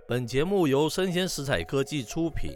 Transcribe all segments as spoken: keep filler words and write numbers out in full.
本节目由生鲜食材科技出品，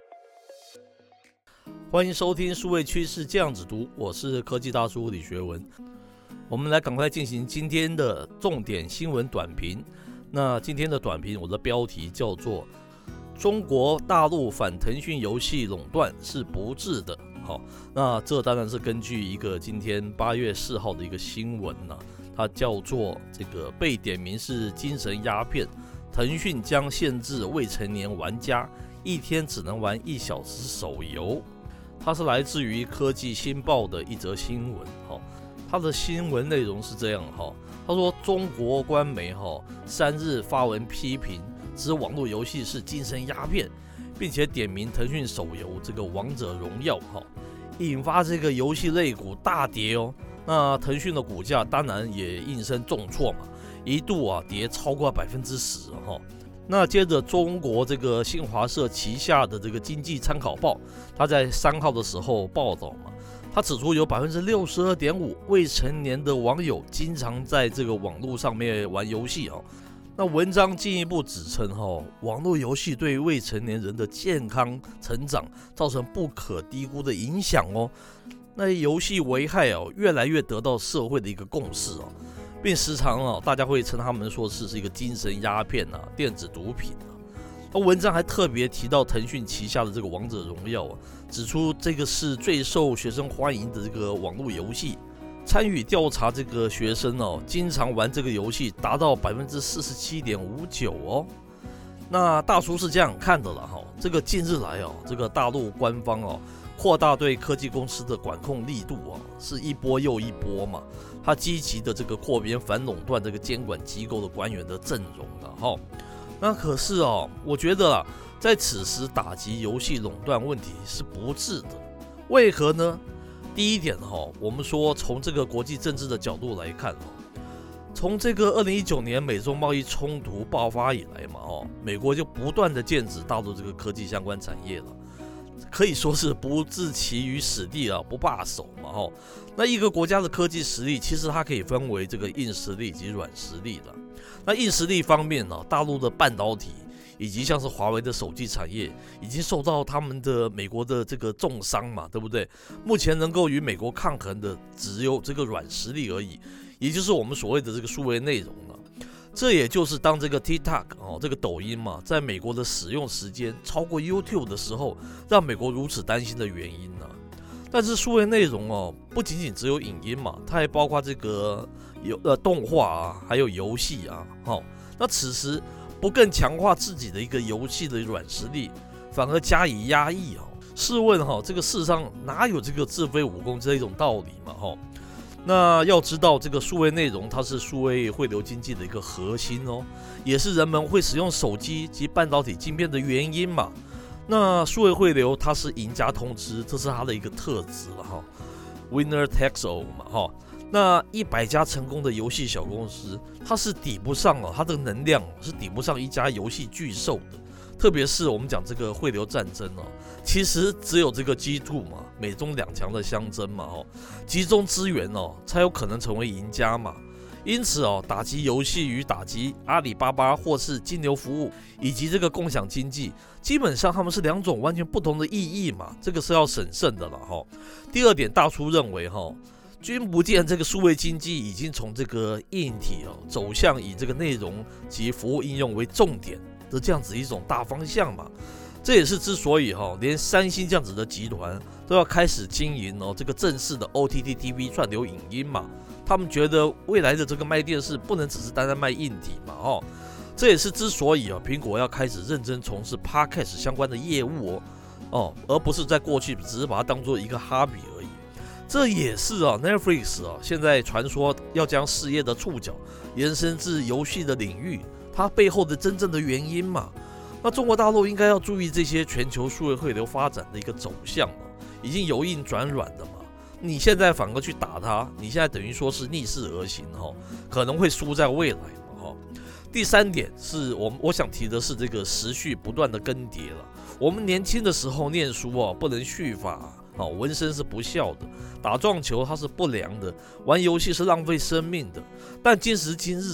欢迎收听数位趋势酱子读，我是科技大叔李学文。我们来赶快进行今天的重点新闻短评。那今天的短评，我的标题叫做中国大陆反腾讯游戏垄断是不智的。好，那这当然是根据一个今天八月四号的一个新闻呢、啊，它叫做这个被点名是精神鸦片，腾讯将限制未成年玩家一天只能玩一小时手游。它是来自于科技新报的一则新闻。它的新闻内容是这样，他说中国官媒三日发文批评，指网络游戏是精神鸦片，并且点名腾讯手游这个王者荣耀，引发这个游戏类股大跌哦。那腾讯的股价当然也应声重挫嘛，一度啊跌超过百分之十哈。那接着中国这个新华社旗下的这个经济参考报，他在三号的时候报道嘛，他指出有百分之六十二点五未成年的网友经常在这个网络上面玩游戏哦。那文章进一步指称哈，网络游戏对未成年人的健康成长造成不可低估的影响哦。那游戏危害哦，越来越得到社会的一个共识哦，并时常哦，大家会称他们说是是一个精神鸦片啊、电子毒品啊。那文章还特别提到腾讯旗下的这个王者荣耀啊，指出这个是最受学生欢迎的这个网络游戏。参与调查这个学生哦，经常玩这个游戏达到百分之四十七点五九哦。那大叔是这样看的了哈，这个近日来哦，这个大陆官方哦，扩大对科技公司的管控力度啊，是一波又一波嘛。他积极的这个扩编反垄断这个监管机构的官员的阵容了哈。那可是哦，我觉得啊，在此时打击游戏垄断问题是不智的，为何呢？第一点哈，我们说从这个国际政治的角度来看，从这个二零一九年美中贸易冲突爆发以来嘛，美国就不断的禁止大陆这个科技相关产业了，可以说是不置其于死地啊，不罢手嘛。那一个国家的科技实力，其实它可以分为这个硬实力以及软实力的。那硬实力方面呢，大陆的半导体以及像是华为的手机产业，已经受到他们的美国的这个重伤嘛，对不对？目前能够与美国抗衡的只有这个软实力而已，也就是我们所谓的这个数位内容了。这也就是当这个 TikTok 哦，这个抖音嘛，在美国的使用时间超过 YouTube 的时候，让美国如此担心的原因呢。但是数位内容哦，不仅仅只有影音嘛，它还包括这个有呃动画啊，还有游戏啊，哦，那此时不更强化自己的一个游戏的软实力，反而加以压抑哦。试问哈，这个世上哪有这个自废武功这一种道理嘛？哈，那要知道这个数位内容它是数位汇流经济的一个核心哦，也是人们会使用手机及半导体晶片的原因嘛。那数位汇流它是赢家通吃，这是它的一个特质了哈 ，Winner takes all 嘛哈。那一百家成功的游戏小公司，它是抵不上哦，它的能量是抵不上一家游戏巨兽的。特别是我们讲这个汇流战争哦，其实只有这个 G 二 嘛，美中两强的相争嘛，哦，集中资源哦，才有可能成为赢家嘛。因此哦，打击游戏与打击阿里巴巴或是金流服务以及这个共享经济，基本上他们是两种完全不同的意义嘛，这个是要审慎的了哈。第二点，大叔认为哈。君不见这个数位经济已经从这个硬体哦走向以这个内容及服务应用为重点的这样子一种大方向嘛。这也是之所以哈、哦、连三星这样子的集团都要开始经营哦这个正式的 O T T T V 串流影音嘛。他们觉得未来的这个卖电视不能只是单单卖硬体嘛哦。这也是之所以啊苹果要开始认真从事 Podcast 相关的业务哦哦，而不是在过去只是把它当做一个哈比而已。这也是啊 Netflix 啊现在传说要将事业的触角延伸至游戏的领域，它背后的真正的原因嘛。那中国大陆应该要注意这些全球数位汇流发展的一个走向啊，已经由硬转软的嘛。你现在反而去打它，你现在等于说是逆势而行哈，可能会输在未来嘛哈。第三点是我我想提的是这个时序不断的更迭了。我们年轻的时候念书啊，不能蓄法。好，纹身是不孝的，打撞球它是不良的，玩游戏是浪费生命的。但今时今日哦，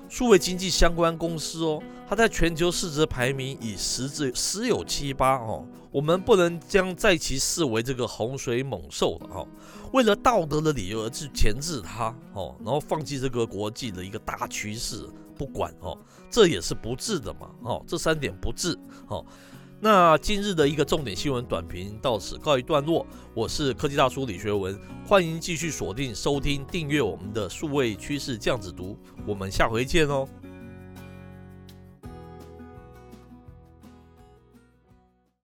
数位经济相关公司哦，它在全球市值排名以十之十有七八哦，我们不能将在其视为这个洪水猛兽了哦。为了道德的理由而去钳制它哦，然后放弃这个国际的一个大趋势不管哦，这也是不智的嘛哦，这三点不智哦。那今日的一个重点新闻短评到此告一段落，我是科技大叔李学文，欢迎继续锁定收听订阅我们的数位趋势酱子读，我们下回见哦。